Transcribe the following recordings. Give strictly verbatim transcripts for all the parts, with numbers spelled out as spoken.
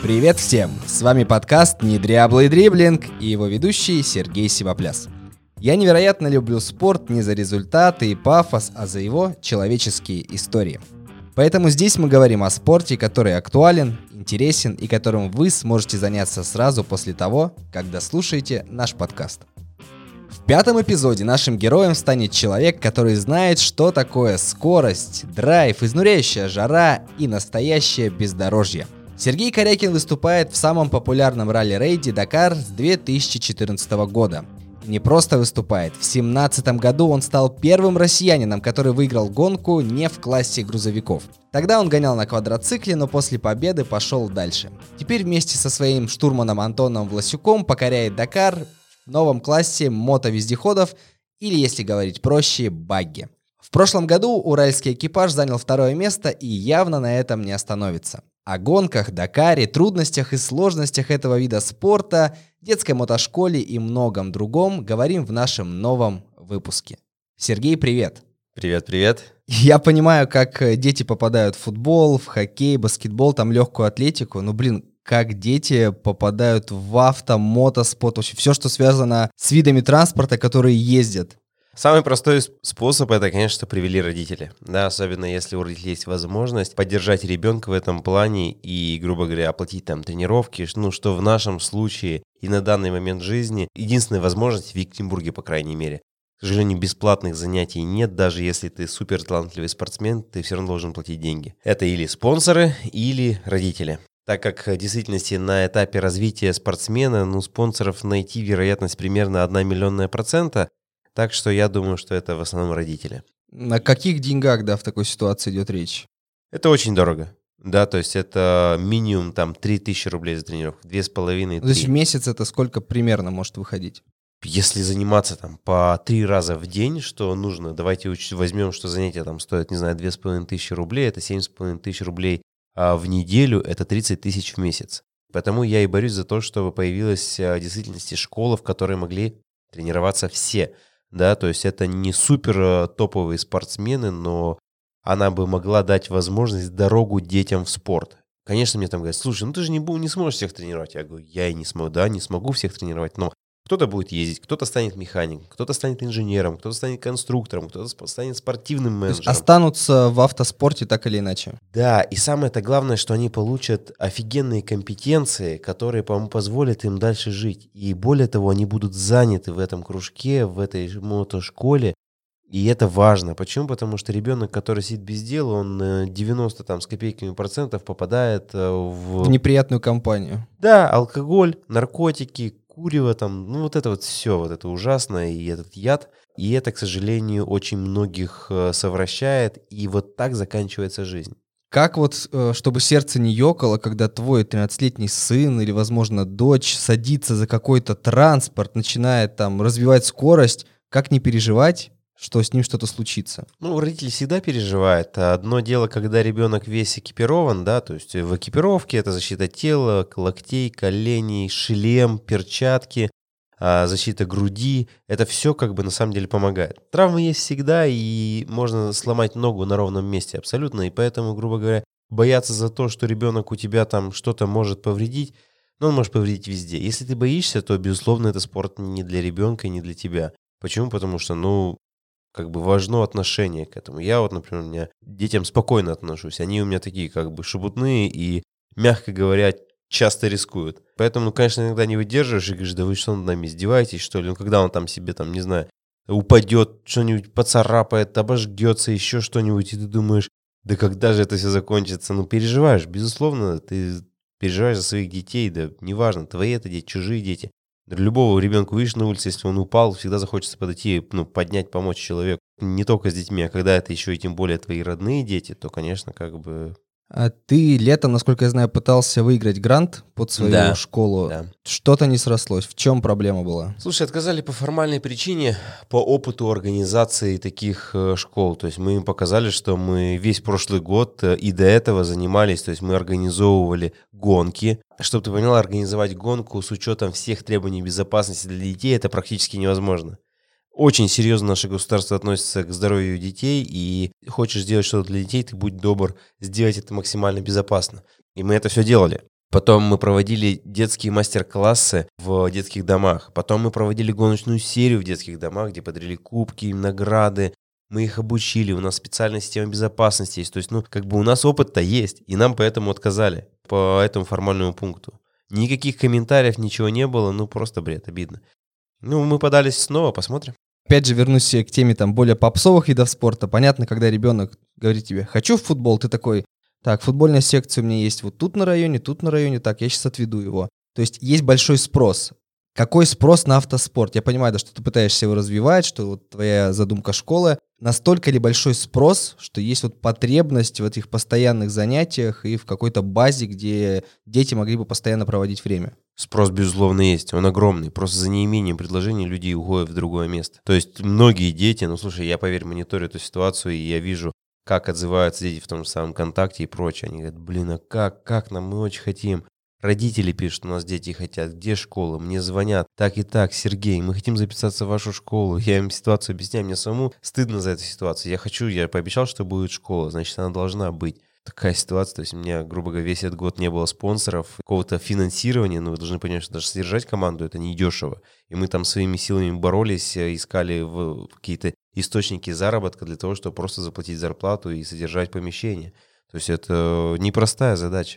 Привет всем! С вами подкаст «Недряблый дриблинг» и его ведущий Сергей Сивопляс. Я невероятно люблю спорт не за результаты и пафос, а за его человеческие истории. Поэтому здесь мы говорим о спорте, который актуален, интересен и которым вы сможете заняться сразу после того, как дослушаете наш подкаст. В пятом эпизоде нашим героем станет человек, который знает, что такое скорость, драйв, изнуряющая жара и настоящее бездорожье. Сергей Корякин выступает в самом популярном ралли-рейде «Дакар» с две тысячи четырнадцатого года. И не просто выступает, в две тысячи семнадцатом году он стал первым россиянином, который выиграл гонку не в классе грузовиков. Тогда он гонял на квадроцикле, но после победы пошел дальше. Теперь вместе со своим штурманом Антоном Власюком покоряет Дакар в новом классе мотовездеходов, или, если говорить проще, багги. В прошлом году уральский экипаж занял второе место и явно на этом не остановится. О гонках, Дакаре, трудностях и сложностях этого вида спорта, детской мотошколе и многом другом говорим в нашем новом выпуске. Сергей, привет! Привет, привет! Я понимаю, как дети попадают в футбол, в хоккей, баскетбол, там легкую атлетику, но, блин, как дети попадают в авто, мотоспорт, вообще все, что связано с видами транспорта, которые ездят. Самый простой способ — это, конечно, привели родители. Да, особенно если у родителей есть возможность поддержать ребенка в этом плане и, грубо говоря, оплатить там тренировки, ну, что в нашем случае и на данный момент жизни единственная возможность в Екатеринбурге, по крайней мере. К сожалению, бесплатных занятий нет, даже если ты супер талантливый спортсмен, ты все равно должен платить деньги. Это или спонсоры, или родители. Так как в действительности на этапе развития спортсмена, ну, спонсоров найти вероятность примерно одна миллионная процента. Так что я думаю, что это в основном родители. На каких деньгах, да, в такой ситуации идет речь? Это очень дорого. Да, то есть это минимум там три тысячи рублей за тренировку, две с половиной, То есть в месяц это сколько примерно может выходить? Если заниматься там по три раза в день, что нужно, давайте уч- возьмем, что занятия там стоят, не знаю, две с половиной тысячи рублей, это семь с половиной тысяч рублей а в неделю, это тридцать тысяч в месяц. Поэтому я и борюсь за то, чтобы появилась в действительности школа, в которой могли тренироваться все. Да, то есть это не супер топовые спортсмены, но она бы могла дать возможность дорогу детям в спорт. Конечно, мне там говорят: слушай, ну ты же не, не сможешь всех тренировать. Я говорю, я и не смогу, да, не смогу всех тренировать, но кто-то будет ездить, кто-то станет механиком, кто-то станет инженером, кто-то станет конструктором, кто-то станет спортивным менеджером. То есть останутся в автоспорте так или иначе. Да, и самое-то главное, что они получат офигенные компетенции, которые позволят им дальше жить. И более того, они будут заняты в этом кружке, в этой мотошколе. И это важно. Почему? Потому что ребенок, который сидит без дела, он девяносто там, с копейками процентов попадает в... В неприятную компанию. Да, алкоголь, наркотики, курево, там, ну вот это вот все, вот это ужасно, и этот яд. И это, к сожалению, очень многих совращает, и вот так заканчивается жизнь. Как вот, чтобы сердце не ёкало, когда твой тринадцатилетний сын или, возможно, дочь садится за какой-то транспорт, начинает там развивать скорость, как не переживать, что с ним что-то случится? Ну, родители всегда переживают. Одно дело, когда ребенок весь экипирован, да, то есть в экипировке это защита тела, локтей, коленей, шлем, перчатки, защита груди. Это все как бы на самом деле помогает. Травмы есть всегда, и можно сломать ногу на ровном месте абсолютно. И поэтому, грубо говоря, бояться за то, что ребенок у тебя там что-то может повредить, ну, он может повредить везде. Если ты боишься, то, безусловно, это спорт не для ребенка, не для тебя. Почему? Потому что, ну, как бы важно отношение к этому. Я вот, например, у меня детям спокойно отношусь. Они у меня такие как бы шебутные и, мягко говоря, часто рискуют. Поэтому, ну, конечно, иногда не выдерживаешь и говоришь: да вы что, над нами издеваетесь, что ли? Ну, когда он там себе, там, не знаю, упадет, что-нибудь поцарапает, обожгется, еще что-нибудь, и ты думаешь: да когда же это все закончится? Ну, переживаешь, безусловно, ты переживаешь за своих детей, да неважно, твои это дети, чужие дети. Любого ребенка видишь на улице, если он упал, всегда захочется подойти, ну, поднять, помочь человеку. Не только с детьми, а когда это еще и тем более твои родные дети, то, конечно, как бы... А ты летом, насколько я знаю, пытался выиграть грант под свою да, школу. Да. Что-то не срослось. В чем проблема была? Слушай, отказали по формальной причине, по опыту организации таких э, школ. То есть мы им показали, что мы весь прошлый год э, и до этого занимались, то есть мы организовывали гонки. Чтобы ты поняла, организовать гонку с учетом всех требований безопасности для детей — это практически невозможно. Очень серьезно наше государство относится к здоровью детей, и хочешь сделать что-то для детей, ты будь добр, сделать это максимально безопасно. И мы это все делали. Потом мы проводили детские мастер-классы в детских домах. Потом мы проводили гоночную серию в детских домах, где подарили кубки, награды. Мы их обучили, у нас специальная система безопасности есть. То есть, ну, как бы у нас опыт-то есть, и нам поэтому отказали по этому формальному пункту. Никаких комментариев, ничего не было, ну, просто бред, обидно. Ну, мы подались снова, посмотрим. Опять же, вернусь к теме там более попсовых видов спорта. Понятно, когда ребенок говорит тебе «хочу в футбол», ты такой «так, футбольная секция у меня есть вот тут на районе, тут на районе, так, я сейчас отведу его». То есть есть большой спрос. Какой спрос на автоспорт? Я понимаю, да, что ты пытаешься его развивать, что вот твоя задумка школы. Настолько ли большой спрос, что есть вот потребность в этих постоянных занятиях и в какой-то базе, где дети могли бы постоянно проводить время? Спрос, безусловно, есть, он огромный. Просто за неимением предложений люди уходят в другое место. То есть многие дети, ну слушай, я, поверь, мониторю эту ситуацию, и я вижу, как отзываются дети в том же самом ВКонтакте и прочее. Они говорят, блин, а как, как нам, мы очень хотим. Родители пишут, у нас дети хотят, где школа, мне звонят, так и так, Сергей, мы хотим записаться в вашу школу. Я им ситуацию объясняю, мне самому стыдно за эту ситуацию. Я хочу, я пообещал, что будет школа, значит, она должна быть. Такая ситуация, то есть у меня, грубо говоря, весь этот год не было спонсоров, какого-то финансирования, но вы должны понять, что даже содержать команду это не дешево. И мы там своими силами боролись, искали в какие-то источники заработка для того, чтобы просто заплатить зарплату и содержать помещение. То есть это непростая задача.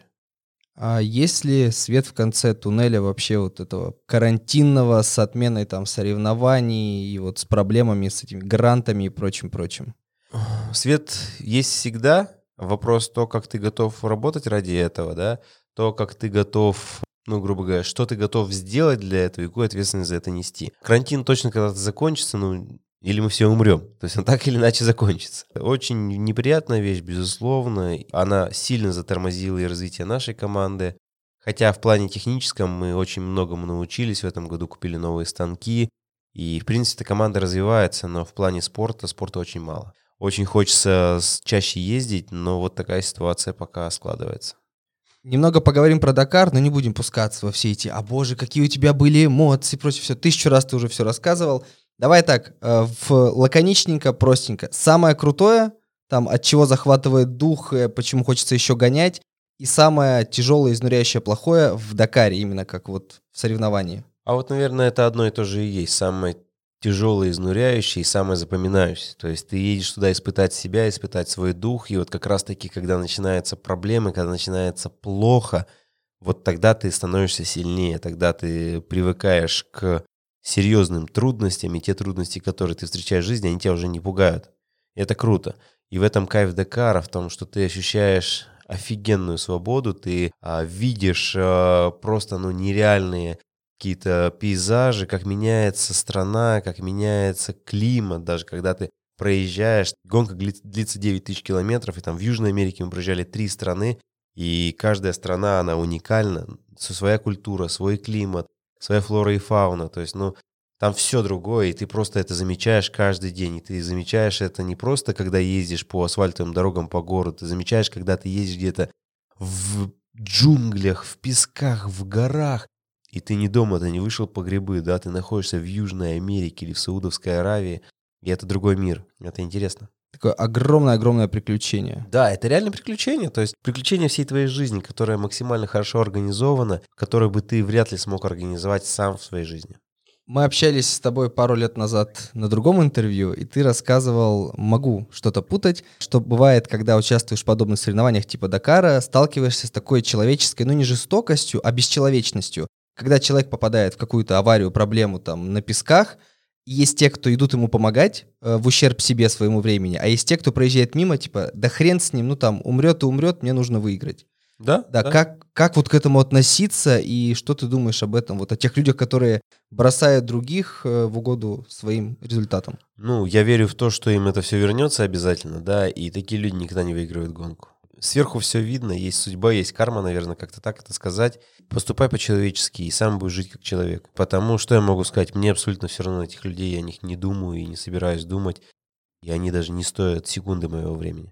А есть ли свет в конце туннеля вообще вот этого карантинного с отменой там соревнований и вот с проблемами с этими грантами и прочим-прочим? Свет есть всегда. Вопрос то, как ты готов работать ради этого, да, то, как ты готов, ну, грубо говоря, что ты готов сделать для этого и какую ответственность за это нести. Карантин точно когда-то закончится, ну, или мы все умрем. То есть он так или иначе закончится. Очень неприятная вещь, безусловно. Она сильно затормозила и развитие нашей команды. Хотя в плане техническом мы очень многому научились. В этом году купили новые станки. И, в принципе, команда развивается, но в плане спорта, спорта очень мало. Очень хочется чаще ездить, но вот такая ситуация пока складывается. Немного поговорим про Дакар, но не будем пускаться во все эти «а боже, какие у тебя были эмоции» и прочее. Все, тысячу раз ты уже все рассказывал. Давай так, в лаконичненько, простенько. Самое крутое, там, от чего захватывает дух, почему хочется еще гонять, и самое тяжелое, изнуряющее, плохое в Дакаре, именно как вот в соревновании. А вот, наверное, это одно и то же и есть. Самое тяжелое, изнуряющее и самое запоминающееся. То есть ты едешь туда испытать себя, испытать свой дух, и вот как раз-таки, когда начинаются проблемы, когда начинается плохо, вот тогда ты становишься сильнее, тогда ты привыкаешь к серьезным трудностям, и те трудности, которые ты встречаешь в жизни, они тебя уже не пугают. И это круто. И в этом кайф Дакара, в том, что ты ощущаешь офигенную свободу, ты а, видишь а, просто ну, нереальные какие-то пейзажи, как меняется страна, как меняется климат, даже когда ты проезжаешь. Гонка длится девять тысяч километров, и там в Южной Америке мы проезжали три страны, и каждая страна, она уникальна, своя культура, свой климат, своя флора и фауна, то есть, ну, там все другое, и ты просто это замечаешь каждый день, и ты замечаешь это не просто, когда ездишь по асфальтовым дорогам по городу, ты замечаешь, когда ты ездишь где-то в джунглях, в песках, в горах, и ты не дома, ты не вышел по грибы, да, ты находишься в Южной Америке или в Саудовской Аравии, и это другой мир, это интересно. Такое огромное-огромное приключение. Да, это реально приключение, то есть приключение всей твоей жизни, которое максимально хорошо организовано, которое бы ты вряд ли смог организовать сам в своей жизни. Мы общались с тобой пару лет назад на другом интервью, и ты рассказывал, могу что-то путать, что бывает, когда участвуешь в подобных соревнованиях типа Дакара, сталкиваешься с такой человеческой, ну не жестокостью, а бесчеловечностью. Когда человек попадает в какую-то аварию, проблему там на песках, есть те, кто идут ему помогать э, в ущерб себе, своему времени, а есть те, кто проезжает мимо, типа, да хрен с ним, ну там, умрет и умрет, мне нужно выиграть. Да? Да, да. Как, как вот к этому относиться и что ты думаешь об этом, вот о тех людях, которые бросают других э, в угоду своим результатам? Ну, я верю в то, что им это все вернется обязательно, да, и такие люди никогда не выигрывают гонку. Сверху все видно, есть судьба, есть карма, наверное, как-то так это сказать. Поступай по-человечески, и сам будешь жить как человек. Потому что я могу сказать, мне абсолютно все равно этих людей, я о них не думаю и не собираюсь думать, и они даже не стоят секунды моего времени.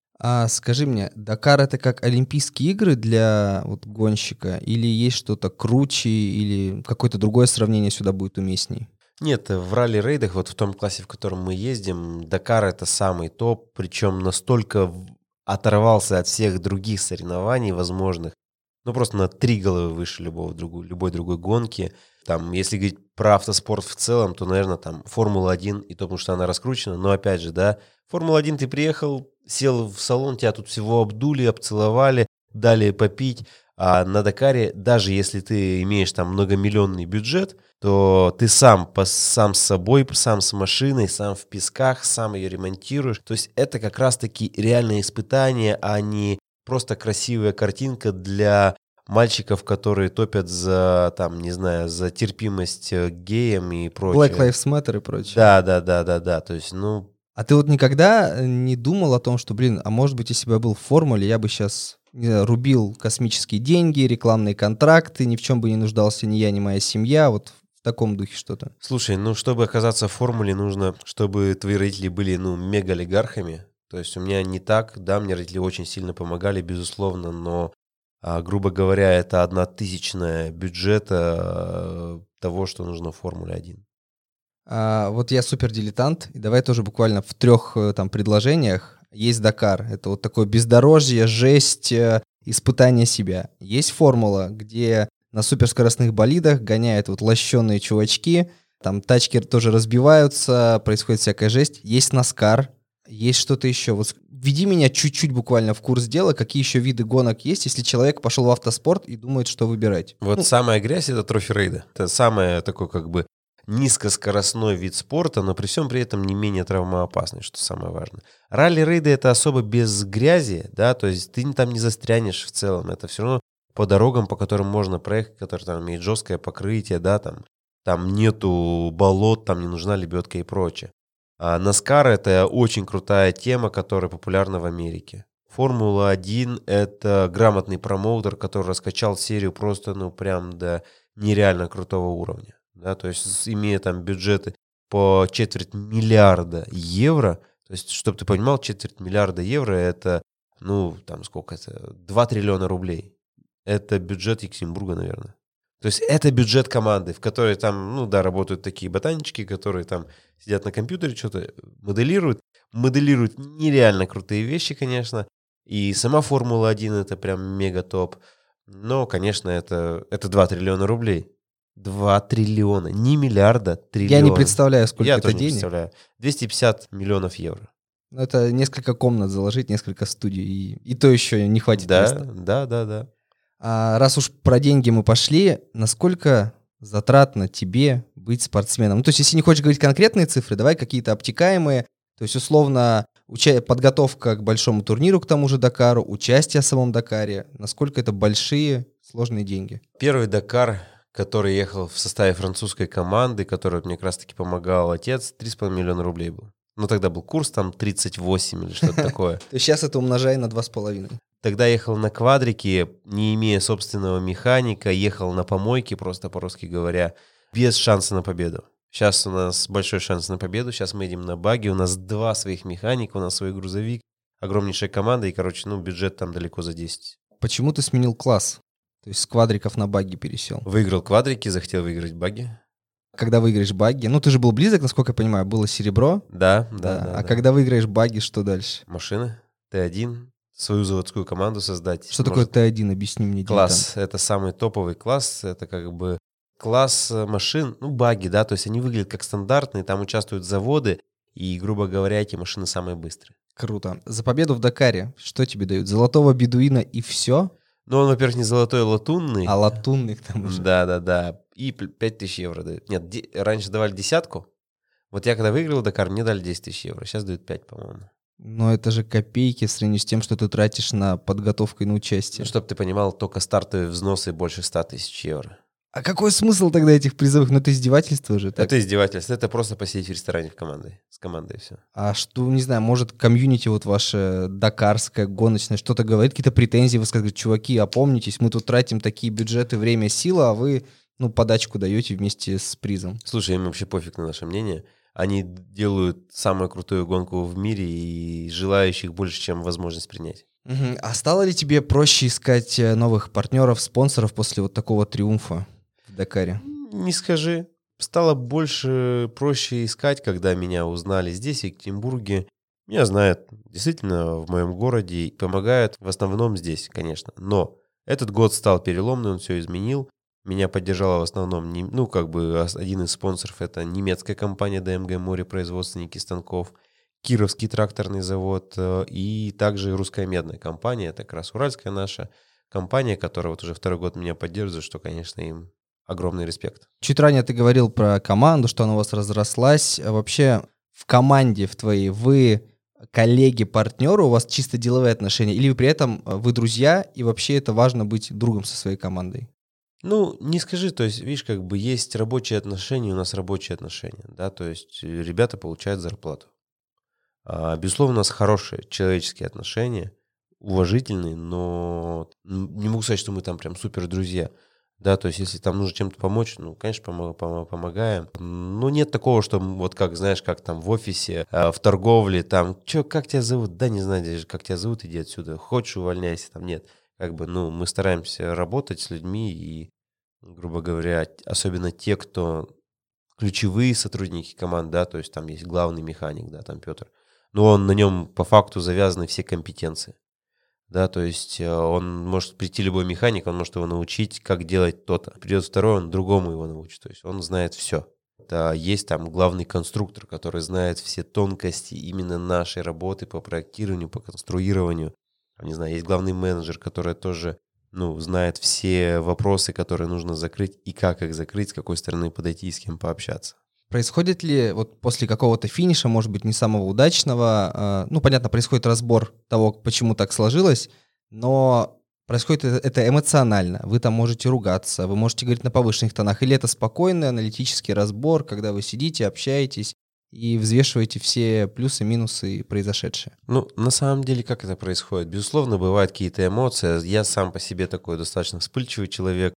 А скажи мне, Дакар — это как Олимпийские игры для вот, гонщика, или есть что-то круче, или какое-то другое сравнение сюда будет уместней? Нет, в ралли-рейдах, вот в том классе, в котором мы ездим, Дакар — это самый топ, причем настолько оторвался от всех других соревнований возможных, ну, просто на три головы выше любого другой, любой другой гонки. Там, если говорить про автоспорт в целом, то, наверное, там Формула один, и то, потому что она раскручена. Но, опять же, да, Формула один ты приехал, сел в салон, тебя тут всего обдули, обцеловали, дали попить. А на Дакаре, даже если ты имеешь там многомиллионный бюджет, то ты сам, по, сам с собой, сам с машиной, сам в песках, сам ее ремонтируешь. То есть это как раз-таки реальное испытание, а не просто красивая картинка для мальчиков, которые топят за, там, не знаю, за терпимость к геям и прочее. Black Lives Matter и прочее. Да, да, да, да, да. То есть, ну... А ты вот никогда не думал о том, что, блин, а может быть, если бы я был в формуле, я бы сейчас не знаю, рубил космические деньги, рекламные контракты, ни в чем бы не нуждался ни я, ни моя семья, вот в таком духе что-то? Слушай, ну, чтобы оказаться в формуле, нужно, чтобы твои родители были, ну, мега-олигархами. То есть у меня не так, да, мне родители очень сильно помогали, безусловно, но, а, грубо говоря, это одна тысячная бюджета а, того, что нужно в Формуле один. А, вот я супер дилетант, и давай тоже буквально в трех там предложениях. Есть Дакар, это вот такое бездорожье, жесть, испытание себя. Есть формула, где на суперскоростных болидах гоняют вот лощеные чувачки, там тачки тоже разбиваются, происходит всякая жесть. Есть Наскар, есть что-то еще. Вот введи меня чуть-чуть буквально в курс дела, какие еще виды гонок есть, если человек пошел в автоспорт и думает, что выбирать. Вот ну, самая грязь — это трофи-рейды. Это самое такое как бы низкоскоростной вид спорта, но при всем при этом не менее травмоопасный, что самое важное. Ралли-рейды — это особо без грязи, да, то есть ты там не застрянешь в целом. Это все равно по дорогам, по которым можно проехать, которые там имеют жесткое покрытие, да, там, там нету болот, там не нужна лебедка и прочее. А Наскар — это очень крутая тема, которая популярна в Америке. Формула один — это грамотный промоутер, который раскачал серию просто, ну, прям до нереально крутого уровня. Да, то есть, имея там бюджеты по четверть миллиарда евро, то есть, чтобы ты понимал, четверть миллиарда евро — это, ну, там сколько это, два триллиона рублей. Это бюджет Екатеринбурга, наверное. То есть, это бюджет команды, в которой там, ну да, работают такие ботанички, которые там сидят на компьютере, что-то моделируют, моделируют нереально крутые вещи, конечно, и сама Формула один — это прям мега топ, но, конечно, это, это два триллиона рублей. Два триллиона, не миллиарда, триллиона. Я не представляю, сколько Я это тоже денег. не представляю. двести пятьдесят миллионов евро. Ну, это несколько комнат заложить, несколько студий, и, и то еще не хватит да, места. Да, да, да. А раз уж про деньги мы пошли, насколько затратно тебе быть спортсменом? Ну, то есть, если не хочешь говорить конкретные цифры, давай какие-то обтекаемые. То есть, условно, уча- подготовка к большому турниру, к тому же Дакару, участие в самом Дакаре. Насколько это большие, сложные деньги? Первый Дакар, который ехал в составе французской команды, которой мне как раз-таки помогал отец, три с половиной миллиона рублей был. Ну, тогда был курс там тридцать восемь или что-то такое. То есть сейчас это умножай на два с половиной. Тогда ехал на квадрике, не имея собственного механика, ехал на помойке, просто по-русски говоря, без шанса на победу. Сейчас у нас большой шанс на победу, сейчас мы едем на баги, у нас два своих механика, у нас свой грузовик, огромнейшая команда, и, короче, ну, бюджет там далеко за десять. Почему ты сменил класс? То есть с квадриков на багги пересел? Выиграл квадрики, захотел выиграть баги. Когда выиграешь багги, ну ты же был близок, насколько я понимаю, было серебро. Да, да, Да. да. А да. когда выиграешь багги, что дальше? Машины, Т один, свою заводскую команду создать. Что Может, такое Т один? Объясни мне. класс? дилетант. Это самый топовый класс, это как бы класс машин, ну, баги, да, то есть они выглядят как стандартные, там участвуют заводы, и, грубо говоря, эти машины самые быстрые. Круто. За победу в Дакаре что тебе дают? Золотого бедуина и все? Ну, он, во-первых, не золотой, а латунный. А латунный к тому же. Да-да-да. И пять тысяч евро дают. Нет, де- раньше давали десятку. Вот я когда выиграл Дакар, мне дали десять тысяч евро. Сейчас дают пять, по-моему. Но это же копейки в сравнении с тем, что ты тратишь на подготовку и на участие. Ну, чтобы ты понимал, только стартовые взносы больше ста тысяч евро. А какой смысл тогда этих призовых? Ну это издевательство же. Так? Это издевательство. Это просто посидеть в ресторане в команде, с командой и все. А что, не знаю, может комьюнити вот ваше дакарское, гоночное, что-то говорит, какие-то претензии, вы скажете, чуваки, опомнитесь, мы тут тратим такие бюджеты, время, сила, а вы, ну, подачку даете вместе с призом. Слушай, им вообще пофиг на наше мнение. Они делают самую крутую гонку в мире, и желающих больше, чем возможность принять. Мгм. А стало ли тебе проще искать э, новых партнеров, спонсоров после вот такого триумфа в Дакаре? Не скажи. Стало больше, проще искать, когда меня узнали здесь, в Екатеринбурге. Меня знают действительно в моем городе, и помогают в основном здесь, конечно. Но Этот год стал переломный, он все изменил. Меня поддержала в основном, не- ну, как бы ос- один из спонсоров — это немецкая компания ди эм джи Море, производственники станков, Кировский тракторный завод э, и также русская медная компания, это как раз уральская наша компания, которая вот уже второй год меня поддерживает, что, конечно, им огромный респект. Чуть ранее ты говорил про команду, что она у вас разрослась. А вообще в команде в твоей вы коллеги, партнеры, у вас чисто деловые отношения, или вы при этом э, вы друзья, и вообще это важно быть другом со своей командой? Ну, не скажи, то есть, видишь, как бы есть рабочие отношения, у нас рабочие отношения, да, то есть э, ребята получают зарплату. А, безусловно, у нас хорошие человеческие отношения, уважительные, но м, не могу сказать, что мы там прям супер друзья. Да, то есть, если там нужно чем-то помочь, ну, конечно, помо- помо- помогаем. Но нет такого, что м, вот как, знаешь, как там в офисе, а, в торговле, там, что, как тебя зовут? Да, не знаю даже, как тебя зовут, иди отсюда. Хочешь, увольняйся, там нет. Как бы, ну, мы стараемся работать с людьми и, грубо говоря, особенно те, кто ключевые сотрудники команд, да, то есть там есть главный механик, да, там Петр, но он на нем по факту завязаны все компетенции, да, то есть э, он может прийти любой механик, он может его научить, как делать то-то. Придет второй, он другому его научит, то есть он знает все. Да, есть там главный конструктор, который знает все тонкости именно нашей работы по проектированию, по конструированию. Не знаю, есть главный менеджер, который тоже, ну, знает все вопросы, которые нужно закрыть, и как их закрыть, с какой стороны подойти и с кем пообщаться. Происходит ли вот после какого-то финиша, может быть, не самого удачного, э, ну, понятно, происходит разбор того, почему так сложилось, но происходит это это эмоционально. Вы там можете ругаться, вы можете говорить на повышенных тонах, или это спокойный аналитический разбор, когда вы сидите, общаетесь и взвешиваете все плюсы, минусы произошедшее. Ну, на самом деле, как это происходит? Безусловно, бывают какие-то эмоции. Я сам по себе такой достаточно вспыльчивый человек.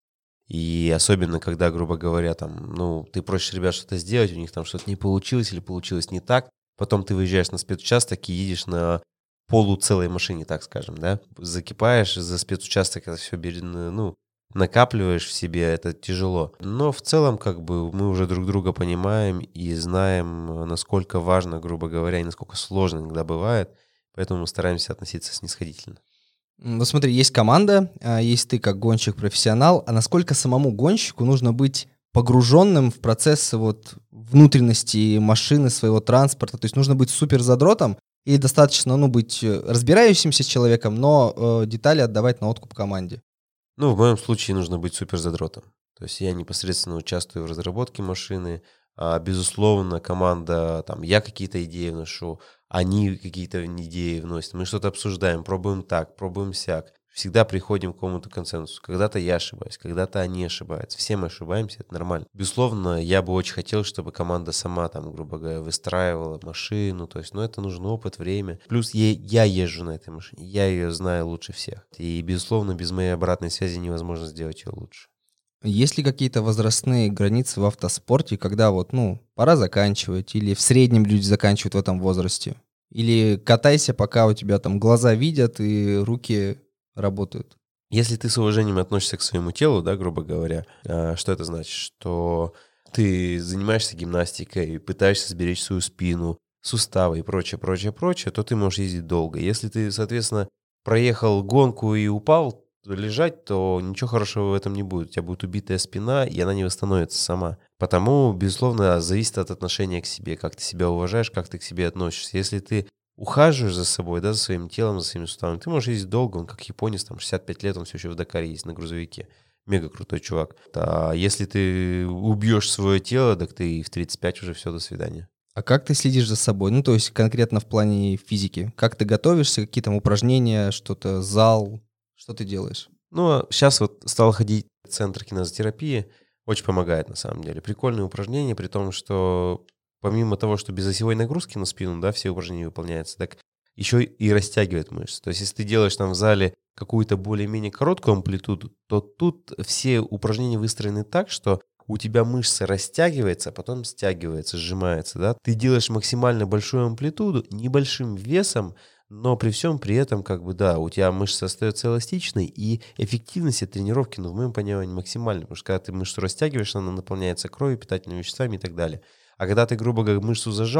И особенно, когда, грубо говоря, там, ну, ты просишь ребят что-то сделать, у них там что-то не получилось или получилось не так. Потом ты выезжаешь на спецучасток и едешь на полуцелой машине, так скажем, да. Закипаешь за спецучасток, это все, ну, накапливаешь в себе, это тяжело. Но в целом, как бы, мы уже друг друга понимаем и знаем, насколько важно, грубо говоря, и насколько сложно иногда бывает. Поэтому мы стараемся относиться снисходительно. М, Ну смотри, есть команда, а, есть ты как гонщик-профессионал, а насколько самому гонщику нужно быть погруженным в процесс вот внутренности машины, своего транспорта? То есть нужно быть супер задротом или достаточно, ну, быть э, разбирающимся с человеком, но э, детали отдавать на откуп команде? Ну, в моем случае нужно быть супер задротом. То есть я непосредственно участвую в разработке машины. А, безусловно, команда, там, я какие-то идеи вношу, они какие-то идеи вносят. Мы что-то обсуждаем, пробуем так, пробуем сяк. Всегда приходим к какому-то консенсусу. Когда-то я ошибаюсь, когда-то они ошибаются. Все мы ошибаемся, это нормально. Безусловно, я бы очень хотел, чтобы команда сама, там, грубо говоря, выстраивала машину. То есть, ну, это нужен опыт, время. Плюс я, я езжу на этой машине, я ее знаю лучше всех. И, безусловно, без моей обратной связи невозможно сделать ее лучше. Есть ли какие-то возрастные границы в автоспорте, когда вот, ну, пора заканчивать, или в среднем люди заканчивают в этом возрасте? Или катайся, пока у тебя там глаза видят и руки работают? Если ты с уважением относишься к своему телу, да, грубо говоря, а, что это значит? Что ты занимаешься гимнастикой, пытаешься сберечь свою спину, суставы и прочее, прочее, прочее, то ты можешь ездить долго. Если ты, соответственно, проехал гонку и упал, то лежать, то ничего хорошего в этом не будет. У тебя будет убитая спина, и она не восстановится сама. Потому, безусловно, зависит от отношения к себе, как ты себя уважаешь, как ты к себе относишься. Если ты ухаживаешь за собой, да, за своим телом, за своими суставами, ты можешь ездить долго, он как японец, там, шестьдесят пять лет, он все еще в Дакаре есть на грузовике. Мега крутой чувак. А если ты убьешь свое тело, так ты и в тридцать пять уже все, до свидания. А как ты следишь за собой? Ну, то есть конкретно в плане физики. Как ты готовишься, какие там упражнения, что-то, зал, что ты делаешь? Ну, сейчас вот стал ходить в центр кинезотерапии, очень помогает на самом деле. Прикольные упражнения, при том, что помимо того, что без осевой нагрузки на спину, да, все упражнения выполняются, так еще и растягивает мышцы. То есть, если ты делаешь там в зале какую-то более-менее короткую амплитуду, то тут все упражнения выстроены так, что у тебя мышца растягивается, а потом стягивается, сжимается, да. Ты делаешь максимально большую амплитуду, небольшим весом, но при всем при этом, как бы, да, у тебя мышца остается эластичной, и эффективность от тренировки, ну, в моем понимании, максимальная, потому что когда ты мышцу растягиваешь, она наполняется кровью, питательными веществами и так далее. А когда ты, грубо говоря, мышцу зажал,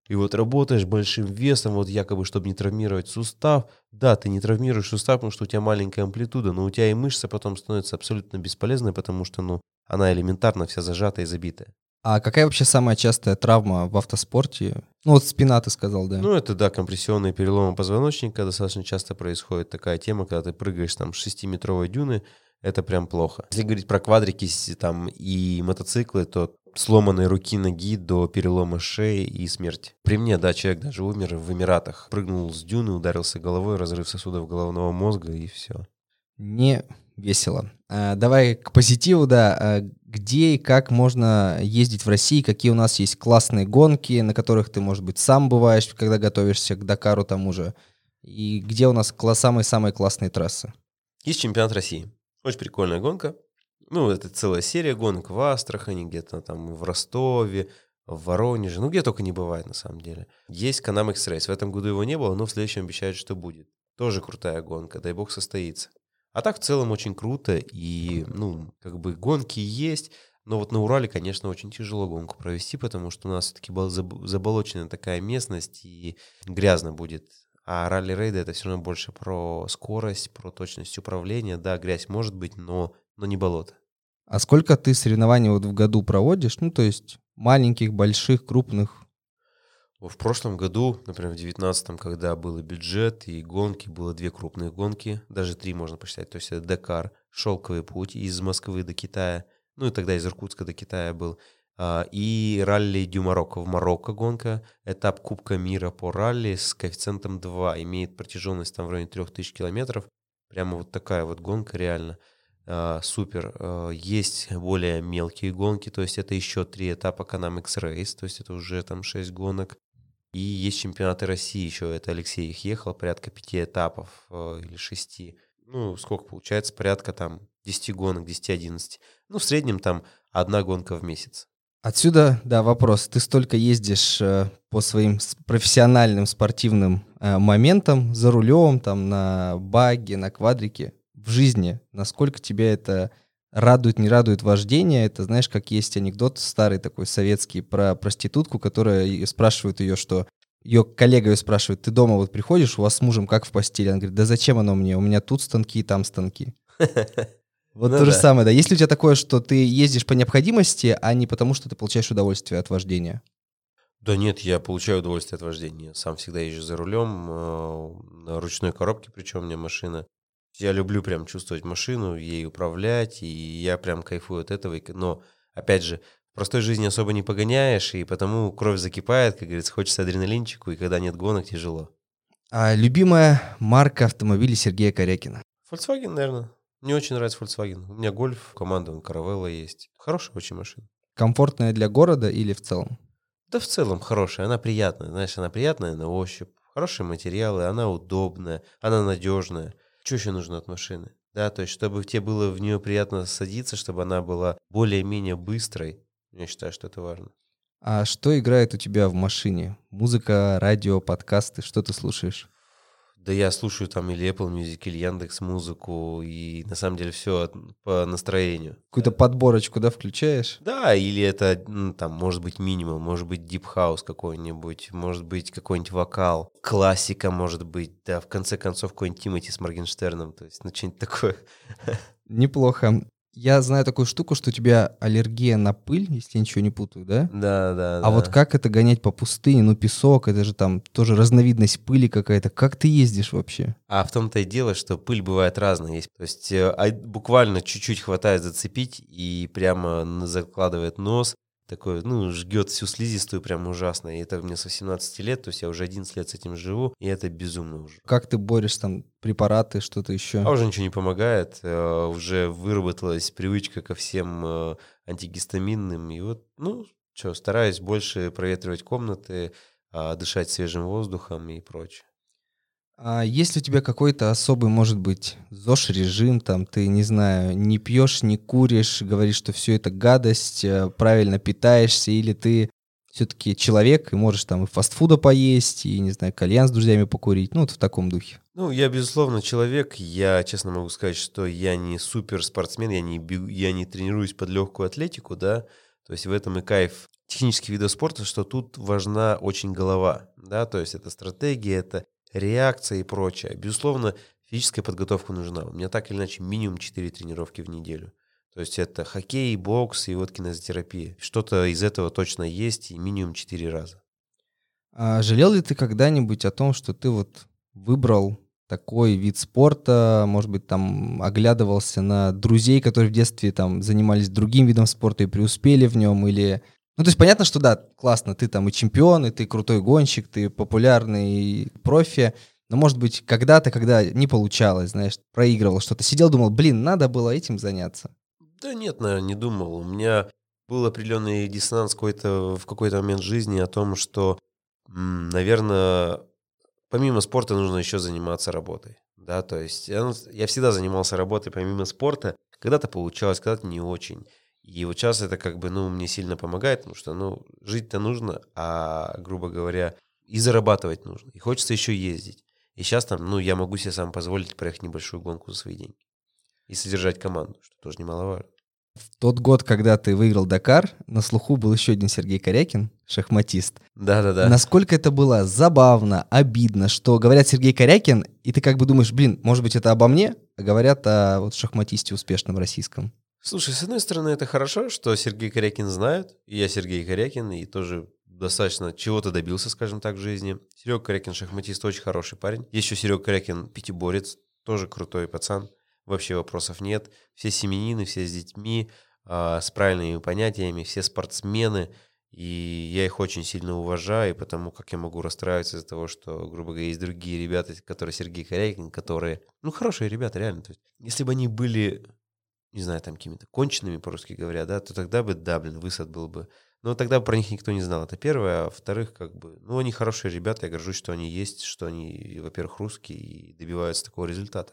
И вот работаешь большим весом, вот якобы, чтобы не травмировать сустав. Да, ты не травмируешь сустав, потому что у тебя маленькая амплитуда, но у тебя и мышца потом становится абсолютно бесполезной, потому что, ну, она элементарно вся зажата и забитая. А какая вообще самая частая травма в автоспорте? Ну вот спина, ты сказал, да. Ну, это, да, компрессионные переломы позвоночника достаточно часто происходит. Такая тема, когда ты прыгаешь там с шестиметровой дюны, это прям плохо. Если говорить про квадрики там, и мотоциклы, то сломанной руки, ноги до перелома шеи и смерти. При мне, да, человек даже умер в Эмиратах. Прыгнул с дюны, ударился головой, разрыв сосудов головного мозга и все. Не весело. А, давай к позитиву, да. А, где и как можно ездить в России? Какие у нас есть классные гонки, на которых ты, может быть, сам бываешь, когда готовишься к Дакару тому же? И где у нас кла- самые-самые классные трассы? Есть чемпионат России. Очень прикольная гонка. Ну, это целая серия гонок в Астрахани, где-то там в Ростове, в Воронеже. Ну, где только не бывает, на самом деле. Есть Can-Am X-Race. В этом году его не было, но в следующем обещают, что будет. Тоже крутая гонка, дай бог состоится. А так в целом очень круто, и, ну, как бы гонки есть, но вот на Урале, конечно, очень тяжело гонку провести, потому что у нас все-таки заболоченная такая местность, и грязно будет. А ралли-рейды — это все равно больше про скорость, про точность управления. Да, грязь может быть, но, но не болото. А сколько ты соревнований вот в году проводишь? Ну, то есть маленьких, больших, крупных? В прошлом году, например, в девятнадцатом, когда был и бюджет, и гонки, было две крупные гонки, даже три можно посчитать. То есть это Дакар, шелковый путь из Москвы до Китая, ну и тогда из Иркутска до Китая был, и ралли Дю Марокко в Марокко гонка, этап Кубка мира по ралли с коэффициентом два, имеет протяженность там в районе трех тысяч километров, прямо вот такая вот гонка реально. Uh, супер. Uh, есть более мелкие гонки, то есть это еще три этапа Can-Am X-Race, то есть это уже там шесть гонок. И есть чемпионаты России еще, это Алексей их ехал, порядка пяти этапов uh, или шести. Ну, сколько получается? Порядка там десяти гонок, десять-одиннадцать. Ну, в среднем там одна гонка в месяц. Отсюда, да, вопрос. Ты столько ездишь э, по своим профессиональным спортивным э, моментам, за рулем, там, на баге, на квадрике. В жизни, насколько тебя это радует, не радует вождение? Это, знаешь, как есть анекдот старый такой советский про проститутку, которая спрашивает ее, что ее коллега ее спрашивает: ты дома вот приходишь, у вас с мужем как в постели? Она говорит: да зачем оно мне? У меня тут станки, там станки. Вот то же самое, да. Есть ли у тебя такое, что ты ездишь по необходимости, а не потому, что ты получаешь удовольствие от вождения? Да нет, я получаю удовольствие от вождения. Сам всегда езжу за рулем, на ручной коробке, причем у меня машина. Я люблю прям чувствовать машину, ей управлять, и я прям кайфую от этого. Но, опять же, в простой жизни особо не погоняешь, и потому кровь закипает, как говорится, хочется адреналинчику, и когда нет гонок, тяжело. А любимая марка автомобилей Сергея Корякина? Volkswagen, наверное. Мне очень нравится Volkswagen. У меня Golf, команда Caravella есть. Хорошая очень машина. Комфортная для города или в целом? Да в целом хорошая, она приятная. Знаешь, она приятная на ощупь. Хорошие материалы, она удобная, она надежная. Что еще нужно от машины? Да, то есть, чтобы тебе было в нее приятно садиться, чтобы она была более-менее быстрой. Я считаю, что это важно. А что играет у тебя в машине? Музыка, радио, подкасты? Что ты слушаешь? Да я слушаю там или Apple Music, или Яндекс.Музыку, и на самом деле все по настроению. Какую-то да. подборочку, да, включаешь? Да, или это, ну, там, может быть, минимал, может быть, дип хаус какой-нибудь, может быть, какой-нибудь вокал, классика, может быть, да, в конце концов, какой-нибудь Тимати с Моргенштерном, то есть, ну, что-нибудь такое. Неплохо. Я знаю такую штуку, что у тебя аллергия на пыль, если я ничего не путаю, да? Да, да, А да. вот как это гонять по пустыне? Ну, песок, это же там тоже разновидность пыли какая-то. Как ты ездишь вообще? А в том-то и дело, что пыль бывает разная. Есть, то есть э, а, буквально чуть-чуть хватает зацепить и прямо закладывает нос. Такой, ну, жгет всю слизистую прям ужасно. И это мне с восемнадцати лет, то есть я уже одиннадцать лет с этим живу, и это безумно уже. Как ты борешь там препараты, что-то еще? А уже ничего не помогает. Э, уже выработалась привычка ко всем э, антигистаминным. И вот, ну, что, стараюсь больше проветривать комнаты, э, дышать свежим воздухом и прочее. А есть ли у тебя какой-то особый, может быть, ЗОЖ-режим, там, ты, не знаю, не пьешь, не куришь, говоришь, что все это гадость, правильно питаешься, или ты все-таки человек и можешь там и фастфуда поесть, и, не знаю, кальян с друзьями покурить, ну, вот в таком духе? Ну, я, безусловно, человек. Я, честно могу сказать, что я не суперспортсмен, я не, бегу, я не тренируюсь под легкую атлетику, да, то есть в этом и кайф технических видов спорта, что тут важна очень голова, да, то есть это стратегия, это реакция и прочее. Безусловно, физическая подготовка нужна. У меня так или иначе минимум четыре тренировки в неделю. То есть это хоккей, бокс и вот кинезотерапия. Что-то из этого точно есть и минимум четыре раза. А жалел ли ты когда-нибудь о том, что ты вот выбрал такой вид спорта, может быть, там оглядывался на друзей, которые в детстве там занимались другим видом спорта и преуспели в нем, или... Ну, то есть понятно, что да, классно, ты там и чемпион, и ты крутой гонщик, ты популярный профи, но, может быть, когда-то, когда не получалось, знаешь, проигрывал что-то, сидел, думал, блин, надо было этим заняться. Да нет, наверное, не думал. У меня был определенный диссонанс какой-то, в какой-то момент жизни о том, что, м, наверное, помимо спорта нужно еще заниматься работой. Да, то есть я, я всегда занимался работой помимо спорта. Когда-то получалось, когда-то не очень. И вот сейчас это как бы, ну, мне сильно помогает, потому что, ну, жить-то нужно, а, грубо говоря, и зарабатывать нужно. И хочется еще ездить. И сейчас там, ну, я могу себе сам позволить проехать небольшую гонку за свои деньги. И содержать команду, что тоже немаловажно. В тот год, когда ты выиграл Дакар, на слуху был еще один Сергей Корякин, шахматист. Да-да-да. Насколько это было забавно, обидно, что говорят Сергей Корякин, и ты как бы думаешь, блин, может быть, это обо мне, а говорят о вот шахматисте успешном российском. Слушай, с одной стороны, это хорошо, что Сергей Корякин знает, и я Сергей Корякин, и тоже достаточно чего-то добился, скажем так, в жизни. Серега Корякин, шахматист, очень хороший парень. Есть еще Серега Корякин, пятиборец, тоже крутой пацан. Вообще вопросов нет. Все семьянины, все с детьми, э, с правильными понятиями, все спортсмены. И я их очень сильно уважаю, потому как я могу расстраиваться из-за того, что, грубо говоря, есть другие ребята, которые Сергей Корякин, которые, ну, хорошие ребята, реально. То есть, если бы они были, не знаю, там какими-то конченными, по-русски говоря, да, то тогда бы, да, блин, высад был бы. Но тогда про них никто не знал. Это первое. А во-вторых, как бы, ну, они хорошие ребята, я горжусь, что они есть, что они, во-первых, русские и добиваются такого результата.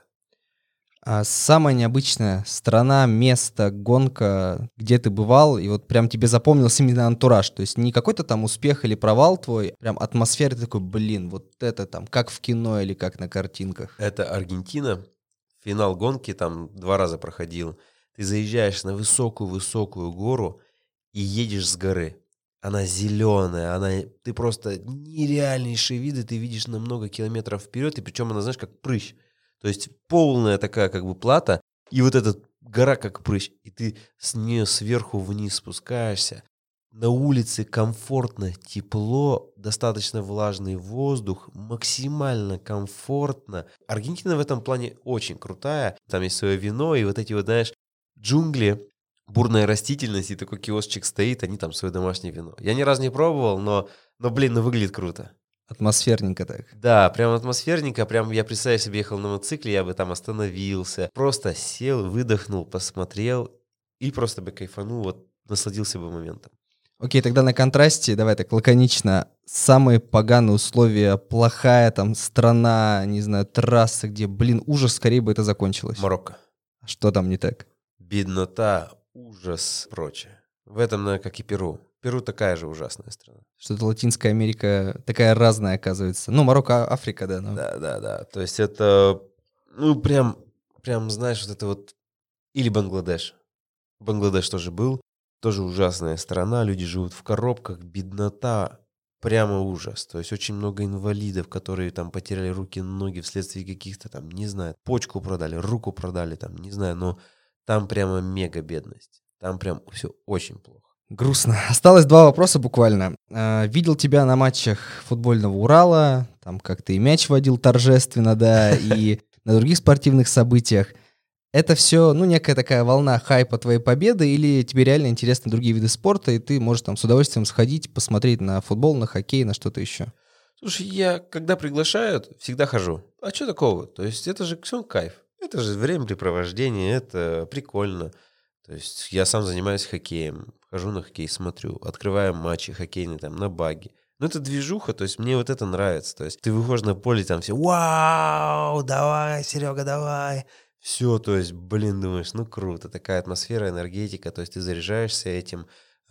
А самая необычная страна, место, гонка, где ты бывал, и вот прям тебе запомнился именно антураж, то есть не какой-то там успех или провал твой, прям атмосфера, ты такой, блин, вот это там, как в кино или как на картинках. Это Аргентина, финал гонки, там два раза проходил. Ты заезжаешь на высокую-высокую гору и едешь с горы. Она зеленая, она, ты просто нереальнейшие виды, ты видишь на много километров вперед, и причем она, знаешь, как прыщ. То есть полная такая как бы плата, и вот эта гора как прыщ, и ты с нее сверху вниз спускаешься. На улице комфортно, тепло, достаточно влажный воздух, максимально комфортно. Аргентина в этом плане очень крутая. Там есть свое вино, и вот эти вот, знаешь, джунгли, бурная растительность, и такой киосчик стоит, они там свое домашнее вино. Я ни разу не пробовал, но, но блин, ну выглядит круто. Атмосферненько так. Да, прям атмосферненько, прям я, представляю себе, ехал на мотоцикле, я бы там остановился, просто сел, выдохнул, посмотрел и просто бы кайфанул, вот насладился бы моментом. Окей, тогда на контрасте, давай так лаконично, самые поганые условия, плохая там страна, не знаю, трасса, где, блин, ужас, скорее бы это закончилось. Марокко. Что там не так? Беднота, ужас, прочее. В этом, наверное, как и Перу. Перу такая же ужасная страна. Что-то Латинская Америка такая разная, оказывается. Ну, Марокко, Африка, да. Но... Да, да, да. То есть это, ну, прям, прям, знаешь, вот это вот... Или Бангладеш. Бангладеш тоже был. Тоже ужасная страна. Люди живут в коробках. Беднота. Прямо ужас. То есть очень много инвалидов, которые там потеряли руки, ноги вследствие каких-то там, не знаю, почку продали, руку продали, там, не знаю, но там прямо мега бедность. Там прям все очень плохо. Грустно. Осталось два вопроса буквально. А, видел тебя на матчах футбольного Урала, там как ты и мяч водил торжественно, да, и на других спортивных событиях. Это все, ну, некая такая волна хайпа твоей победы, или тебе реально интересны другие виды спорта, и ты можешь там с удовольствием сходить, посмотреть на футбол, на хоккей, на что-то еще? Слушай, я, когда приглашают, всегда хожу. А что такого? То есть это же все кайф. Это же времяпрепровождение, это прикольно. То есть я сам занимаюсь хоккеем, хожу на хоккей, смотрю, открываю матчи хоккейные там на баги. Ну, это движуха, то есть мне вот это нравится. То есть ты выходишь на поле, там все, вау, давай, Серега, давай. Все, то есть, блин, думаешь, ну круто, такая атмосфера, энергетика, то есть ты заряжаешься этим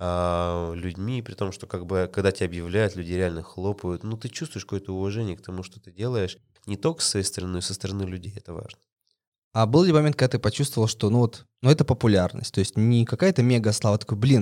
а, людьми, при том, что как бы, когда тебя объявляют, люди реально хлопают, ну ты чувствуешь какое-то уважение к тому, что ты делаешь, не только с своей стороны, но и со стороны людей, это важно. А был ли момент, когда ты почувствовал, что ну вот, ну это популярность, то есть не какая-то мега слава, такой, блин,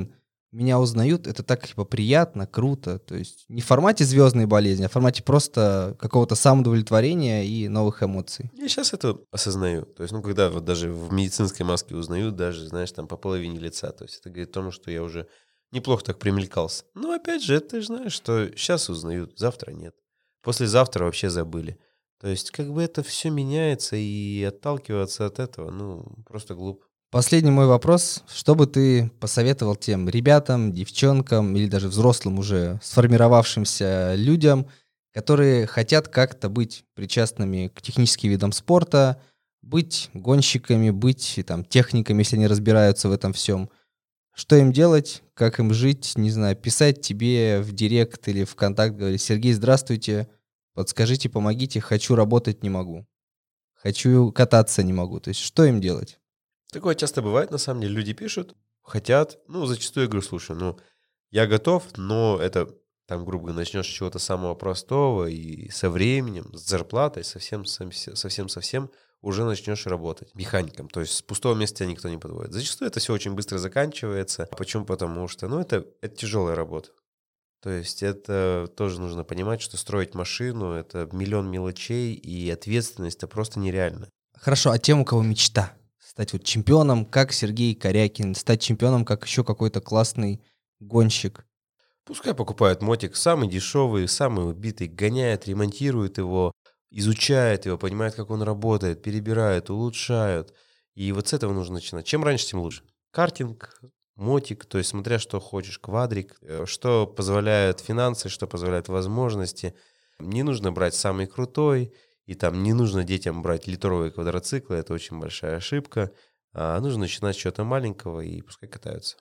меня узнают, это так типа приятно, круто. То есть не в формате звездной болезни, а в формате просто какого-то самоудовлетворения и новых эмоций. Я сейчас это осознаю. То есть, ну, когда вот даже в медицинской маске узнают, даже, знаешь, там по половине лица. То есть это говорит о том, что я уже неплохо так примелькался. Но опять же, ты же знаешь, что сейчас узнают, завтра нет. Послезавтра вообще забыли. То есть как бы это все меняется, и отталкиваться от этого, ну, просто глупо. Последний мой вопрос. Что бы ты посоветовал тем ребятам, девчонкам или даже взрослым уже сформировавшимся людям, которые хотят как-то быть причастными к техническим видам спорта, быть гонщиками, быть там техниками, если они разбираются в этом всем? Что им делать, как им жить, не знаю, писать тебе в директ или в контакт, говорить: Сергей, здравствуйте, подскажите, помогите, хочу работать, не могу, хочу кататься, не могу. То есть что им делать? Такое часто бывает, на самом деле. Люди пишут, хотят, ну, зачастую я говорю, слушай, ну, я готов, но это, там, грубо говоря, начнешь с чего-то самого простого, и со временем, с зарплатой, совсем, совсем-совсем уже начнешь работать механиком. То есть с пустого места тебя никто не подводит. Зачастую это все очень быстро заканчивается. Почему? Потому что, ну, это, это тяжелая работа. То есть это тоже нужно понимать, что строить машину — это миллион мелочей, и ответственность — это просто нереально. Хорошо, а тем, у кого мечта стать вот чемпионом, как Сергей Корякин, стать чемпионом, как еще какой-то классный гонщик? Пускай покупают мотик самый дешевый, самый убитый, гоняет, ремонтирует его, изучает его, понимает, как он работает, перебирают, улучшают. И вот с этого нужно начинать. Чем раньше, тем лучше. Картинг, мотик, то есть смотря что хочешь, квадрик, что позволяют финансы, что позволяют возможности. Не нужно брать самый крутой, и там не нужно детям брать литровые квадроциклы, это очень большая ошибка. А нужно начинать с чего-то маленького, и пускай катаются.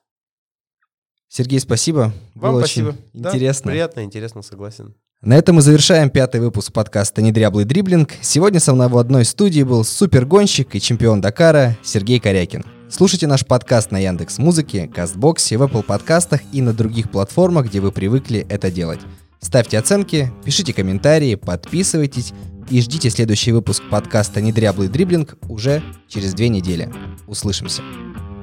Сергей, спасибо. Вам Было спасибо. Очень интересно. Да, приятно, интересно, согласен. На этом мы завершаем пятый выпуск подкаста «Недряблый дриблинг». Сегодня со мной в одной студии был супергонщик и чемпион Дакара Сергей Корякин. Слушайте наш подкаст на Яндекс.Музыке, Кастбоксе, в Apple подкастах и на других платформах, где вы привыкли это делать. Ставьте оценки, пишите комментарии, подписывайтесь и ждите следующий выпуск подкаста «Недряблый дриблинг» уже через две недели. Услышимся.